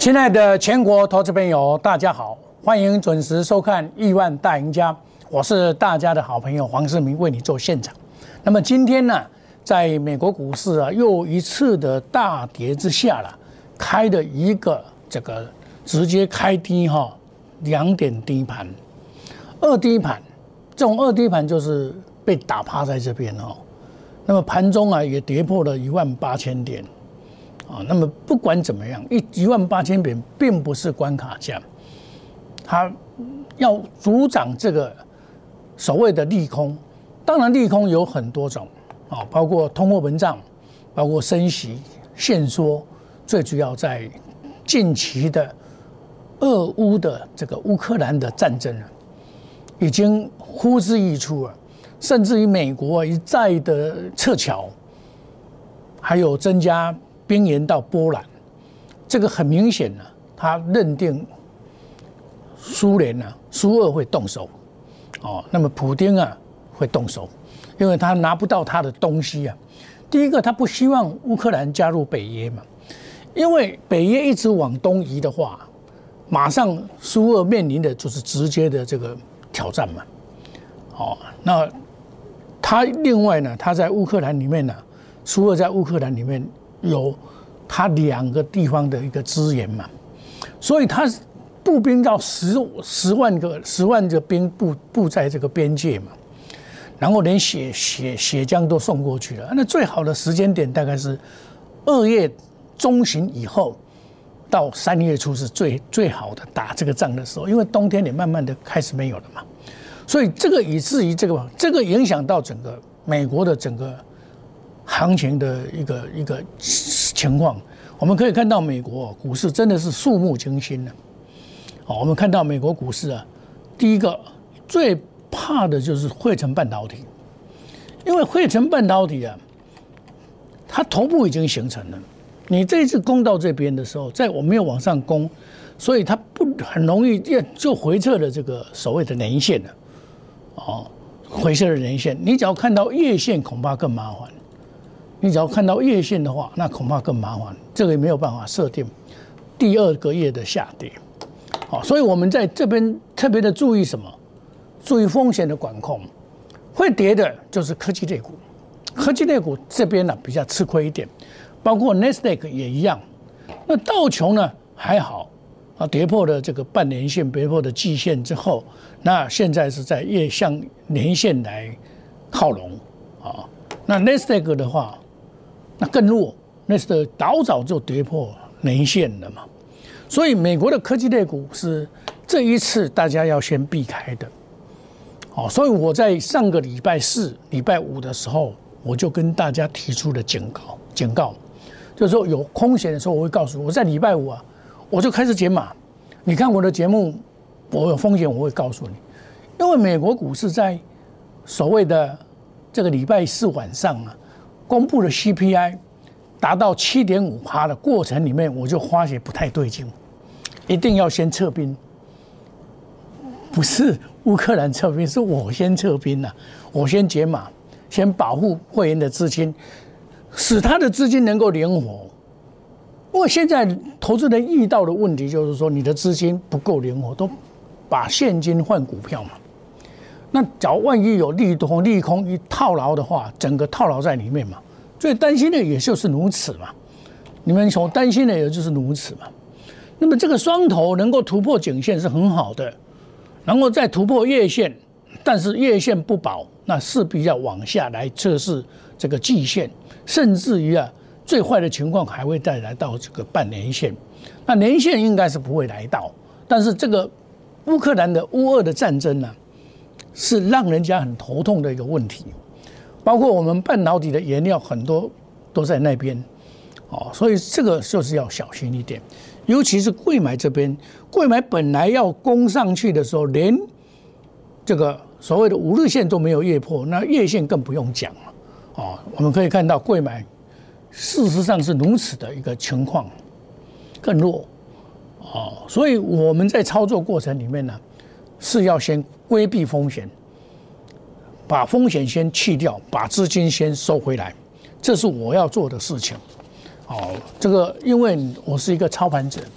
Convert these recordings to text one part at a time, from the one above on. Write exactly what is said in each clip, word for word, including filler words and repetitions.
亲爱的全国投资朋友，大家好，欢迎准时收看《亿万大赢家》，我是大家的好朋友黄世明，为你做现场。那么今天呢，在美国股市啊又一次的大跌之下了，开的一个这个直接开低哈，两点低盘，二低盘，这种二低盘就是被打趴在这边哈。那么盘中啊也跌破了一万八千点。啊，那么不管怎么样，一一万八千点并不是关卡价，它要阻挡这个所谓的利空。当然，利空有很多种啊，包括通货膨胀，包括升息、限缩，最主要在近期的俄乌的这个乌克兰的战争啊，已经呼之欲出了，甚至于美国一再的撤侨，还有增加兵援到波兰，这个很明显呢、啊，他认定苏联呢、啊，苏俄会动手，哦，那么普丁啊会动手，因为他拿不到他的东西啊。第一个，他不希望乌克兰加入北约嘛，因为北约一直往东移的话，马上苏俄面临的就是直接的这个挑战嘛。哦，那他另外呢，他在乌克兰里面呢、啊，苏俄在乌克兰里面有他两个地方的一个资源嘛，所以他步兵到十十万个十万个兵布布在这个边界嘛，然后连血血血浆都送过去了。那最好的时间点大概是二月中旬以后到三月初是最最好的打这个仗的时候，因为冬天也慢慢的开始没有了嘛，所以这个以至于这个这个影响到整个美国的整个行情的一个一个情况，我们可以看到美国股市真的是触目惊心的。好，我们看到美国股市啊，第一个最怕的就是汇成半导体，因为汇成半导体啊，它头部已经形成了。你这一次攻到这边的时候，在我没有往上攻，所以它不很容易就回撤了这个所谓的年线了。哦，回撤的年线，你只要看到月线，恐怕更麻烦。你只要看到月线的话，那恐怕更麻烦，这个也没有办法设定第二个月的下跌。好，所以我们在这边特别的注意什么？注意风险的管控。会跌的就是科技类股，科技类股这边呢、啊、比较吃亏一点，包括 Nasdaq 也一样。那道琼呢还好啊，跌破了这个半年线、跌破的季线之后，那现在是在月向年线来靠拢啊。那 Nasdaq 的话，那更弱，那是早早就跌破年线了嘛，所以美国的科技类股是这一次大家要先避开的。好，所以我在上个礼拜四、礼拜五的时候，我就跟大家提出了警告，警告，就是说有空险的时候，我会告诉我，我在礼拜五啊，我就开始减码。你看我的节目，我有风险，我会告诉你，因为美国股市在所谓的这个礼拜四晚上啊，公布的 C P I 达到 七点五 的过程里面，我就发觉不太对劲，一定要先撤兵，不是乌克兰撤兵，是我先撤兵啊，我先解码，先保护会员的资金，使他的资金能够灵活。因为现在投资人遇到的问题就是说，你的资金不够灵活，都把现金换股票嘛。那假如万一有利空利空一套牢的话，整个套牢在里面嘛，最担心的也就是如此嘛。你们所担心的也就是如此嘛。那么这个双头能够突破颈线是很好的，然后再突破月线，但是月线不保，那势必要往下来测试这个季线，甚至于啊，最坏的情况还会再来到这个半年线。那年线应该是不会来到，但是这个乌克兰的乌俄的战争呢、啊？是让人家很头痛的一个问题，包括我们半导体的原料很多都在那边，哦，所以这个就是要小心一点，尤其是贵买这边，贵买本来要攻上去的时候，连这个所谓的五日线都没有越破，那月线更不用讲了，哦，我们可以看到贵买事实上是如此的一个情况，更弱，哦，所以我们在操作过程里面呢，是要先规避风险，把风险先去掉，把资金先收回来，这是我要做的事情。哦，这个因为我是一个操盘者，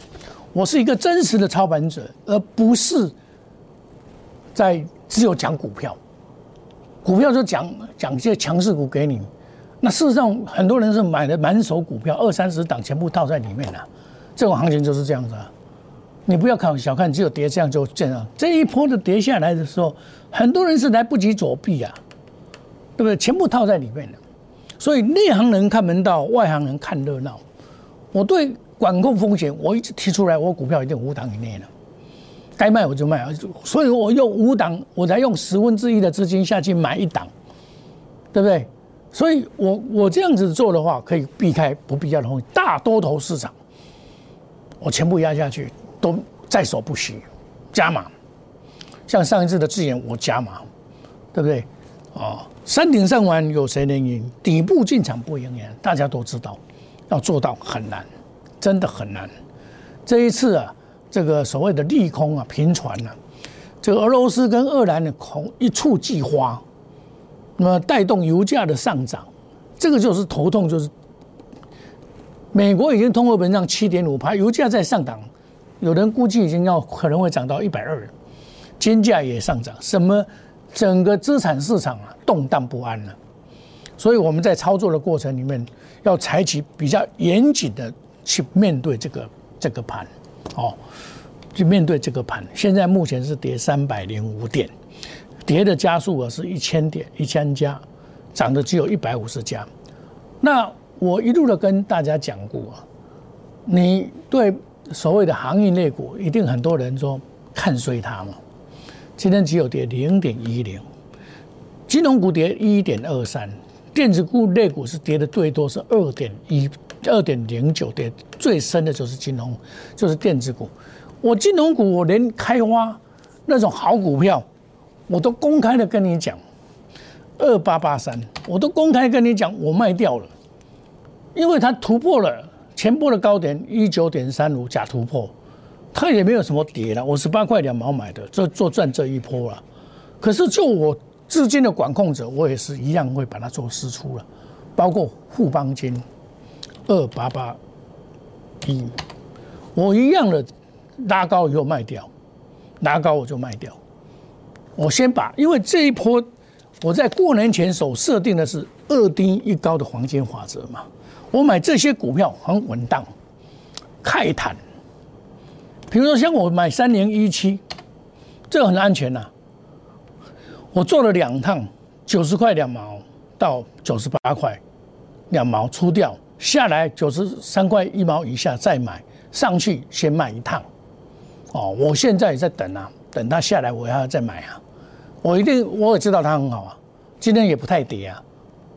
我是一个真实的操盘者，而不是在只有讲股票。股票就讲讲一些强势股给你，那事实上很多人是买的满手股票，二三十档全部套在里面了、啊。这种行情就是这样子啊。你不要看小看，只有跌这样就这样。这一波的跌下来的时候，很多人是来不及躲避啊，对不对？全部套在里面了。所以内行人看门道，外行人看热闹。我对管控风险，我一直提出来，我股票一定五档以内了，该卖我就卖。所以我用五档，我才用十分之一的资金下去买一档，对不对？所以我我这样子做的话，可以避开不必要的风险。大多头市场，我全部压下去。都在所不惜，加码。像上一次的智研，我加码，对不对？哦，山顶上玩有谁能赢？底部进场不赢人，大家都知道，要做到很难，真的很难。这一次啊，这个所谓的利空啊频传啊，这个俄罗斯跟俄兰的恐一触即发，那么带动油价的上涨，这个就是头痛，就是美国已经通货膨胀七点五趴，油价在上涨。有人估计已经要可能会涨到一百二，金价也上涨，什么整个资产市场啊动荡不安了。所以我们在操作的过程里面，要采取比较严谨的去面对这个这个盘，哦，去面对这个盘。现在目前是跌三百零五点，跌的家数额是一千点，一千家，涨的只有一百五十家。那我一路的跟大家讲过啊，你对所谓的航运类股，一定很多人说看衰它嘛。今天只有跌零点一零，金融股跌一点二三，电子股类股是跌的最多是二点一、二点零九，跌最深的就是金融，就是电子股。我金融股我连开花那种好股票，我都公开的跟你讲，二八八三，我都公开跟你讲，我卖掉了，因为它突破了。前波的高点一九点三五假突破，它也没有什么跌了。我十八块两毛买的，做做赚这一波了。可是就我资金的管控者，我也是一样会把它做释出了，包括富邦金二八八一，我一样的拉高以后卖掉，拉高我就卖掉。我先把，因为这一波我在过年前所设定的是二低一高的黄金法则嘛。我买这些股票很稳当，泰坦，比如说像我买三零一七，这个很安全呐、啊。我做了两趟，九十块两毛到九十八块两毛出掉，下来九十三块一毛以下再买，上去先卖一趟。哦，我现在也在等啊，等它下来我还要再买啊。我一定我也知道它很好啊，今天也不太跌啊。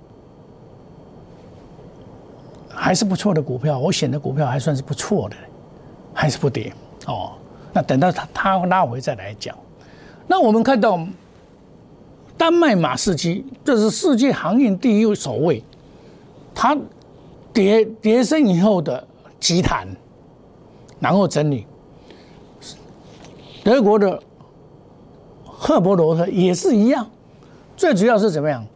还是不错的股票，我选的股票还算是不错的，还是不跌哦。那等到它它拉回再来讲。那我们看到丹麦马士基，这是世界航运第一首位，它跌跌升以后的急弹，然后整理。德国的赫伯罗特也是一样，最主要是怎么样？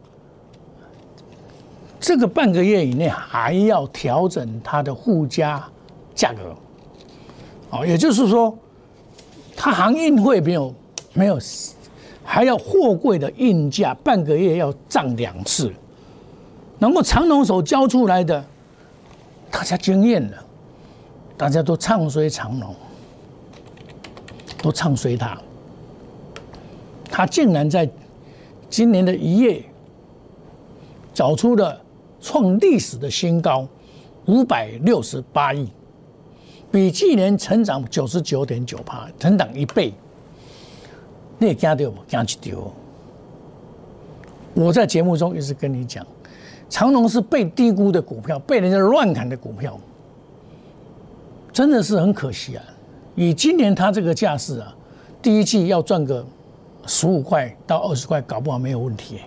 这个半个月以内还要调整它的附加价格，哦，也就是说，它航运会没有没有，还要货柜的运价半个月要涨两次，然后长荣所交出来的，大家惊艳了，大家都唱衰长荣，都唱衰它，它竟然在今年的一月找出了创历史的新高，五百六十八亿，比去年成长九十九点九趴，成长一倍。你也惊到不？惊一丢。我在节目中一直跟你讲，长荣是被低估的股票，被人家乱砍的股票，真的是很可惜啊。以今年它这个架势啊，第一季要赚个十五块到二十块，搞不好没有问题、欸。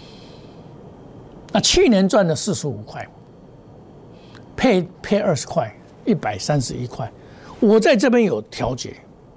那去年赚了四十五块，配配二十块，一百三十一块。我在这边有调节。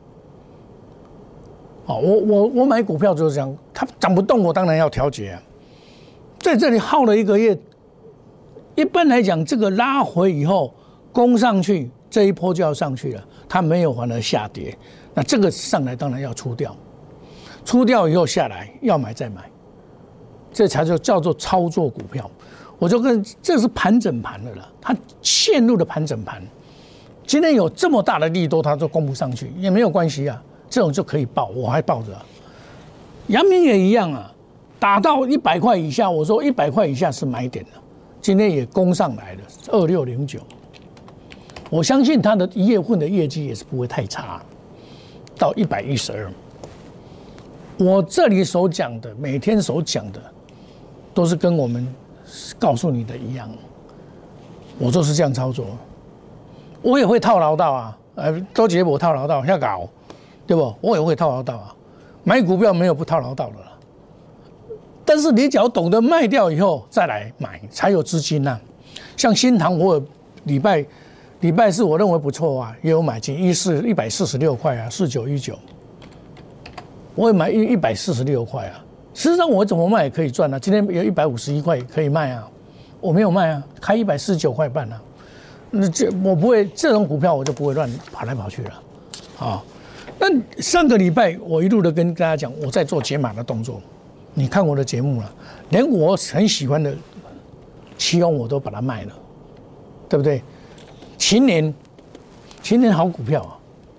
哦，我我我买股票就是这样，它涨不动，我当然要调节啊。在这里耗了一个月，一般来讲，这个拉回以后攻上去， 这一波就要上去了，它没有反而下跌，那这个上来当然要出掉，出掉以后下来要买再买，这才就叫做操作股票。我就跟这是盘整盘的了，它陷入了盘整盘。今天有这么大的利多，它都攻不上去也没有关系啊，这种就可以抱，我还抱着啊。阳明也一样啊，打到一百块以下，我说一百块以下是买点的，今天也攻上来了，二六零九。我相信它的一月份的业绩也是不会太差，到一百一十二。我这里所讲的，每天所讲的，都是跟我们告诉你的一样，我就是这样操作。我也会套牢到啊，呃，周杰我套牢到下搞，对不？我也会套牢到啊。买股票没有不套牢到的啦，但是你只要懂得卖掉以后再来买，才有资金呐、啊。像新唐，我有礼拜礼拜四我认为不错啊，也有买进一四一百四十六块啊，四九一九，我也买一一百四十六块啊。事实上我怎么卖也可以赚啊，今天有一百五十一块可以卖啊，我没有卖啊，开一百四十九块半啊。那这我不会，这种股票我就不会乱跑来跑去了，啊。那上个礼拜我一路的跟大家讲，我在做解码的动作，你看我的节目了，连我很喜欢的奇鋐我都把它卖了，对不对？秦年，秦年好股票啊，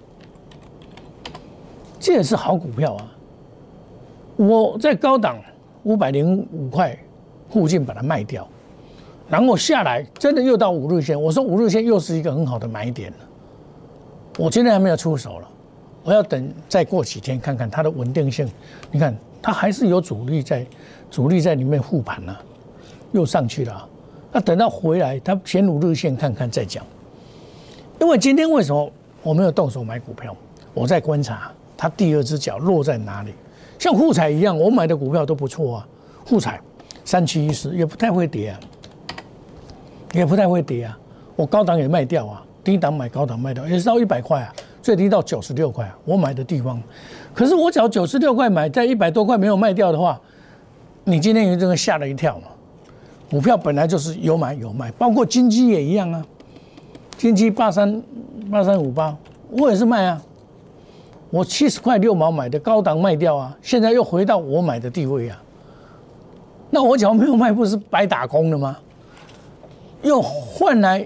这也是好股票啊。我在高档五百零五块附近把它卖掉。然后下来，真的又到五日线。我说五日线又是一个很好的买点了。我今天还没有出手了，我要等再过几天看看它的稳定性。你看，它还是有主力在，主力在里面护盘了，又上去了。那等到回来，它前五日线看看再讲。因为今天为什么我没有动手买股票？我在观察它第二只脚落在哪里。像富彩一样，我买的股票都不错啊。富彩三七一四也不太会跌啊。也不太会跌啊，我高档也卖掉啊，低档买高档卖掉，也是到一百块啊，最低到九十六块啊，我买的地方。可是我只要九十六块买，在一百多块没有卖掉的话，你今天这个吓了一跳嘛。股票本来就是有买有卖，包括金基也一样啊，金基八三八三五八，我也是卖啊，我七十块六毛买的高档卖掉啊，现在又回到我买的地位啊，那我只要没有卖，不是白打工了吗？又换来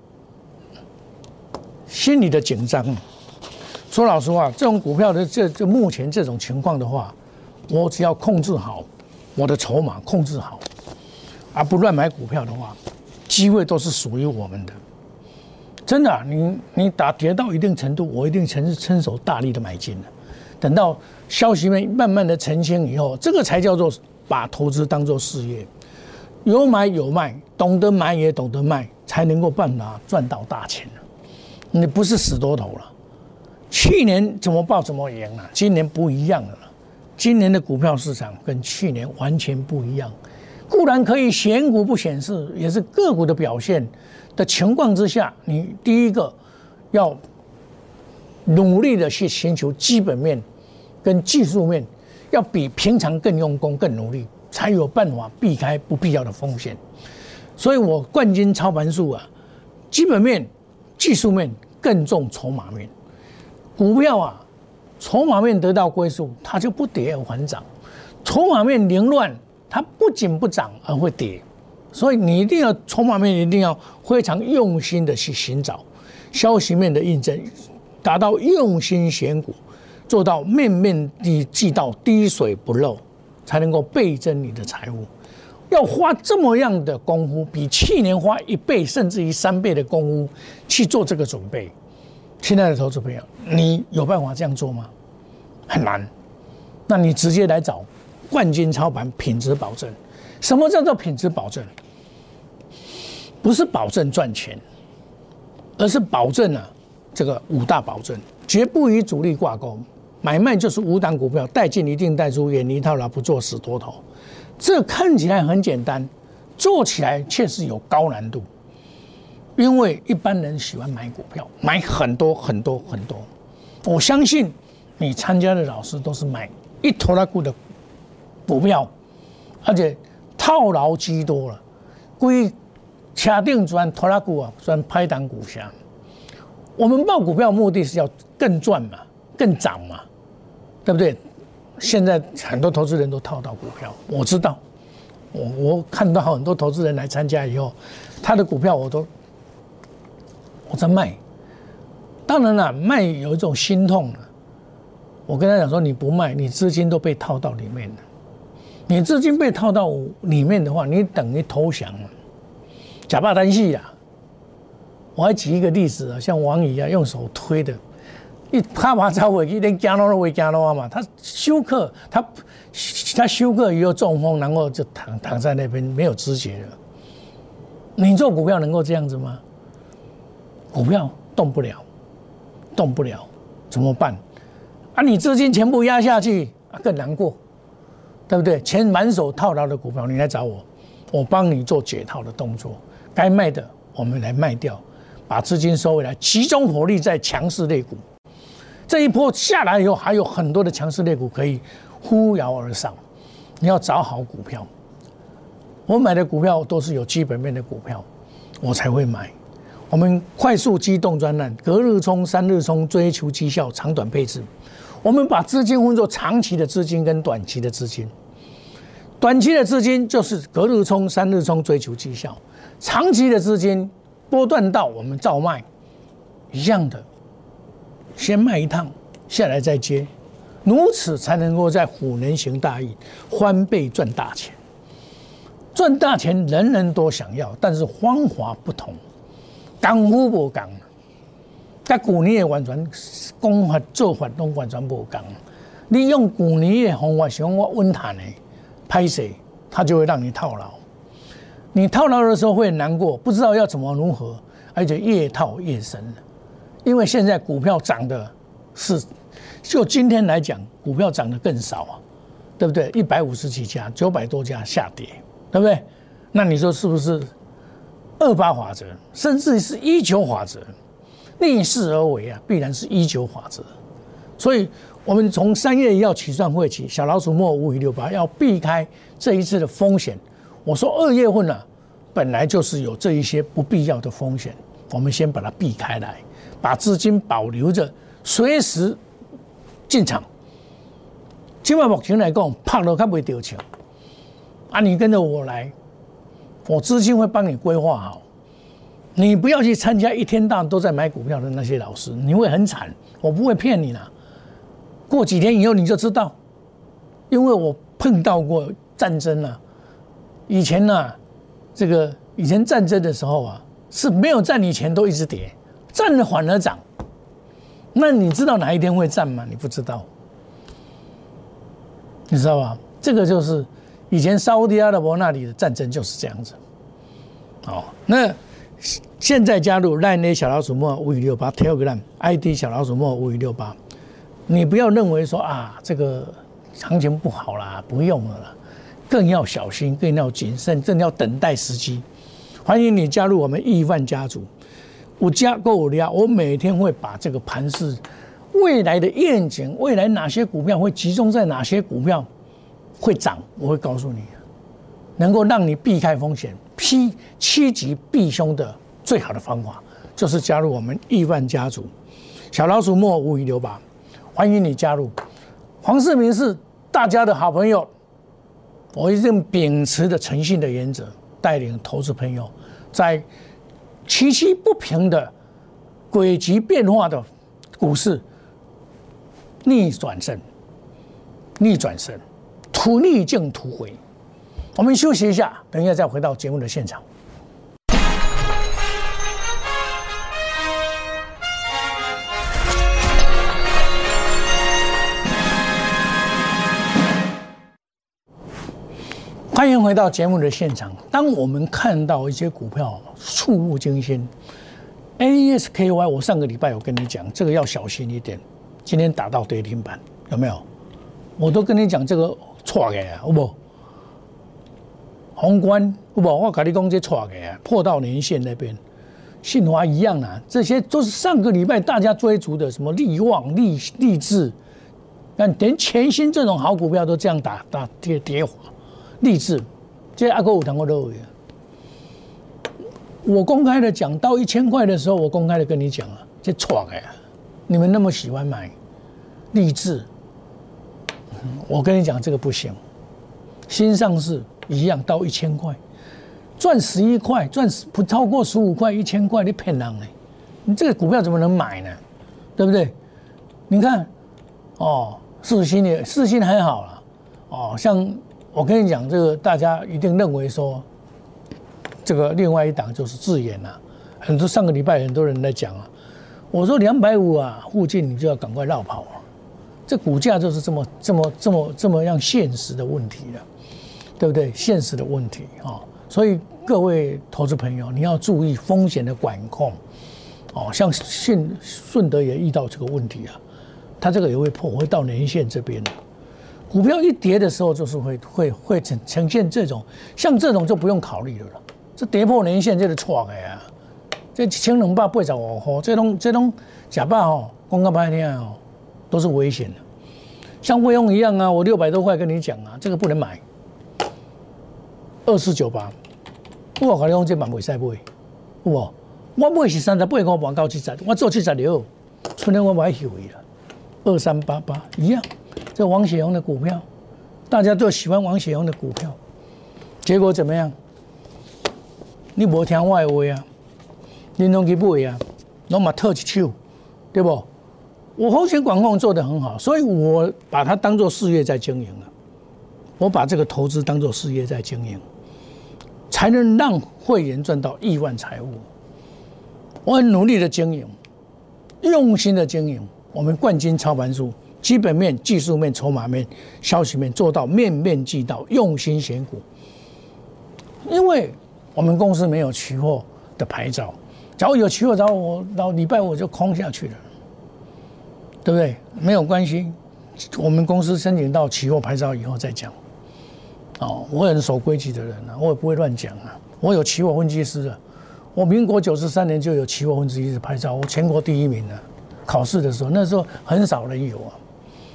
心里的紧张。说老实话，这种股票的这这目前这种情况的话，我只要控制好我的筹码，控制好，而不乱买股票的话，机会都是属于我们的。真的、啊，你你打跌到一定程度，我一定趁趁手大力的买进了。等到消息面慢慢的澄清以后，这个才叫做把投资当作事业。有买有卖，懂得买也懂得卖，才能够办法赚到大钱。你不是死多头了。去年怎么报怎么赢了，今年不一样了。今年的股票市场跟去年完全不一样。固然可以选股不选市，也是个股的表现的情况之下，你第一个要努力的去寻求基本面跟技术面，要比平常更用功、更努力。才有办法避开不必要的风险，所以我冠军操盘术啊，基本面、技术面更重筹码面。股票啊，筹码面得到归宿，它就不跌而反涨；筹码面凌乱，它不仅不涨而会跌。所以你一定要筹码面一定要非常用心的去寻找消息面的印证，达到用心选股，做到面面地俱到，滴水不漏。才能够倍增你的财务，要花这么样的功夫，比去年花一倍甚至于三倍的功夫去做这个准备。亲爱的投资朋友，你有办法这样做吗？很难。那你直接来找冠军操盘品质保证。什么叫做品质保证？不是保证赚钱，而是保证啊这个五大保证，绝不与主力挂钩。买卖就是五档股票，带进一定带出，远离套牢，不做死多头。这看起来很简单，做起来确实有高难度。因为一般人喜欢买股票，买很多很多很多。我相信你参加的老师都是买一头拉股的股票，而且套牢居多了。归卡定转拖拉股啊，转拍档股下。 我们报股票的目的是要更赚嘛，更涨嘛，对不对？现在很多投资人都套到股票，我知道，我我看到很多投资人来参加以后，他的股票我都我在卖。当然了，卖有一种心痛了。我跟他讲说，你不卖，你资金都被套到里面了。你资金被套到里面的话，你等于投降了，假霸单戏啦。我还举一个例子啊，像王怡啊，用手推的，一啪啪超尾，连走路都未走路嘛。他休克，他他休克以后中风，然后就躺躺在那边没有知觉了。你做股票能够这样子吗？股票动不了，动不了，怎么办？啊，你资金全部压下去，啊，更难过。对不对？钱满手套牢的股票，你来找我，我帮你做解套的动作。该卖的我们来卖掉，把资金收回来，集中火力在强势类股。这一波下来以后，还有很多的强势类股可以呼摇而上。你要找好股票，我买的股票都是有基本面的股票，我才会买。我们快速机动专案，隔日冲、三日冲，追求绩效，长短配置。我们把资金分作长期的资金跟短期的资金。短期的资金就是隔日冲、三日冲，追求绩效；长期的资金波段到我们照卖，一样的，先卖一趟，下来再接，如此才能够在虎年行大运，翻倍赚大钱。赚大钱人人都想要，但是方法不同，功夫不同。甲去年的完全讲法做法都完全不同。你用去年的方法想我稳赚的，拍摄它就会让你套牢。你套牢的时候会很难过，不知道要怎么如何，而且越套越深了。因为现在股票涨的是，就今天来讲，股票涨得更少啊，对不对？一百五十几家，九百多家下跌，对不对？那你说是不是二八法则，甚至是一九法则？逆势而为啊，必然是一九法则。所以，我们从三月一号起算会起，小老鼠末五五六八要避开这一次的风险。我说二月份啊，本来就是有这一些不必要的风险，我们先把它避开来，把资金保留着，随时进场。今晚目前来讲，拍了它不会丢钱啊！你跟着我来，我资金会帮你规划好。你不要去参加一天到晚都在买股票的那些老师，你会很惨。我不会骗你啦，过几天以后你就知道，因为我碰到过战争啊。以前呢、啊，这个以前战争的时候啊，是没有战以前都一直跌，战了反而涨。那你知道哪一天会战吗？你不知道，你知道吧？这个就是以前沙烏地阿拉伯那里的战争就是这样子。好，那。现在加入 LINE 小老鼠末五五六八 Telegram I D 小老鼠末五五六八，你不要认为说啊这个行情不好啦，不用了啦，更要小心，更要谨慎，更要等待时机。欢迎你加入我们亿万家族，我加购量，我每天会把这个盘势、未来的愿景、未来哪些股票会集中在哪些股票会涨，我会告诉你，能够让你避开风险。七七击必凶的最好的方法，就是加入我们亿万家族，小老鼠末五五六八，欢迎你加入。黄世明是大家的好朋友，我一定秉持着诚信的原则，带领投资朋友，在崎岖不平的轨迹变化的股市逆转胜，逆转胜，突逆境突回。我们休息一下，等一下再回到节目的现场。欢迎回到节目的现场。当我们看到一些股票触目惊心 ，A E S K Y， 我上个礼拜有跟你讲，这个要小心一点。今天打到跌停板，有没有？我都跟你讲这个错的啊，好不好？宏观，不，我跟你讲这错的啊，破到年线那边，信华一样啊，这些都是上个礼拜大家追逐的，什么力旺、力力智，但连全新这种好股票都这样打打跌跌滑，力智，这阿哥有谈过肉的。我公开的讲到一千块的时候，我公开的跟你讲了， 这错的呀！你们那么喜欢买励志，我跟你讲这个不行。新上市一样到一千块，赚十一块，赚不超过十五块，一千块，你骗人呢？你这个股票怎么能买呢？对不对？你看，哦，世芯也世芯还好啦，哦，像我跟你讲，这个大家一定认为说，这个另外一档就是智研啦，很多上个礼拜很多人在讲啊。我说两百五啊附近你就要赶快绕跑啊，这股价就是这么这么这么这么样现实的问题了，对不对？现实的问题啊，所以各位投资朋友，你要注意风险的管控哦。像信顺德也遇到这个问题啊，它这个也会破，会到年线这边的。股票一跌的时候，就是会会会呈呈现这种，像这种就不用考虑了了，这跌破年线就是错的呀。这一千两百八十五块，这种这种假霸哦，讲到白天哦，都是危险的。像汇丰一样啊，我六百多块跟你讲啊，这个不能买。二四九八，我跟你讲这嘛袂使买，有无？我买是三十八块半到七十，我做七十六，剩的我买收伊了。二三八八一样，这王雪红的股票，大家都喜欢王雪红的股票，结果怎么样？你无听我的话啊！你拢去买啊，拢嘛特一手，对不？我风险管控做得很好，所以我把它当作事业在经营了。我把这个投资当作事业在经营，才能让会员赚到亿万财富。我很努力的经营，用心的经营。我们冠军操盘术，基本面、技术面、筹码面、消息面做到面面俱到，用心选股。因为我们公司没有期货的牌照。假如有期货，然后我到礼拜五就空下去了，对不对？没有关系，我们公司申请到期货牌照以后再讲。哦，我很守规矩的人啊，我也不会乱讲啊。我有期货分析师啊，我民国九十三年就有期货分析师牌照，我全国第一名啊。考试的时候，那时候很少人有啊。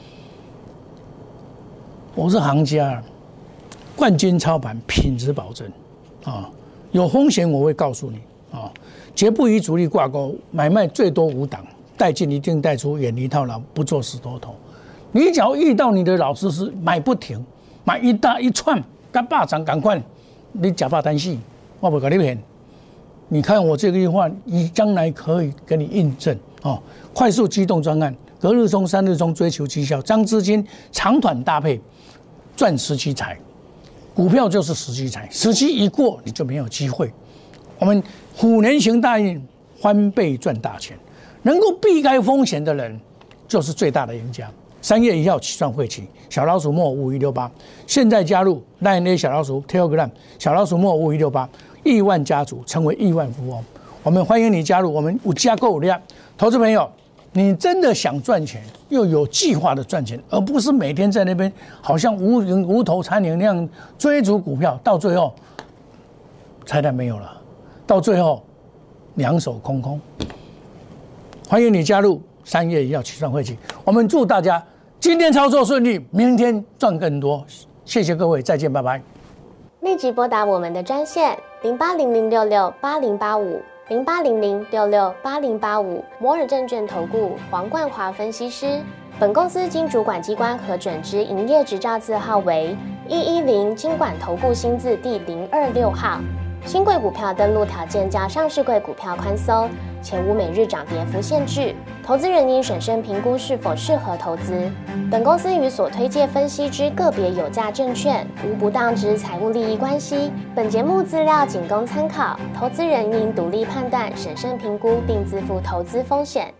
我是行家，冠军操盘，品质保证啊。有风险我会告诉你啊。绝不与主力挂钩，买卖最多五档，带进一定带出，远离套牢，不做死多头。你只要遇到你的老师是买不停，买一大一串，干霸涨赶快，你假霸单戏，我不跟你骗。你看我这句话，你将来可以给你印证哦。快速机动专案，隔日冲、三日冲，追求绩效，将资金长短搭配，赚时机财。股票就是时机财，时机一过，你就没有机会。我们虎年行大运，翻倍赚大钱，能够避开风险的人，就是最大的赢家。三月一号起算会期，小老鼠莫五一六八，现在加入 Line A 小老鼠 Telegram 小老鼠莫五一六八，亿万家族成为亿万富翁。我们欢迎你加入，我们五加购五量，投资朋友，你真的想赚钱，又有计划的赚钱，而不是每天在那边好像无影无头苍蝇那样追逐股票，到最后财产没有了。到最后，两手空空。欢迎你加入三月一号起算会期，我们祝大家今天操作顺利，明天赚更多。谢谢各位，再见，拜拜。 立即拨打我们的专线零八零零六六八零八五零八零零六六八零八五摩尔证券投顾黄冠华分析师。本公司经主管机关核准之营业执照字号为一一零金管投顾新字第零二六号。新贵股票登录条件较上市贵股票宽松，且无每日涨跌幅限制。投资人应审慎评估是否适合投资。本公司与所推介分析之个别有价证券无不当之财务利益关系。本节目资料仅供参考，投资人应独立判断、审慎评估并自负投资风险。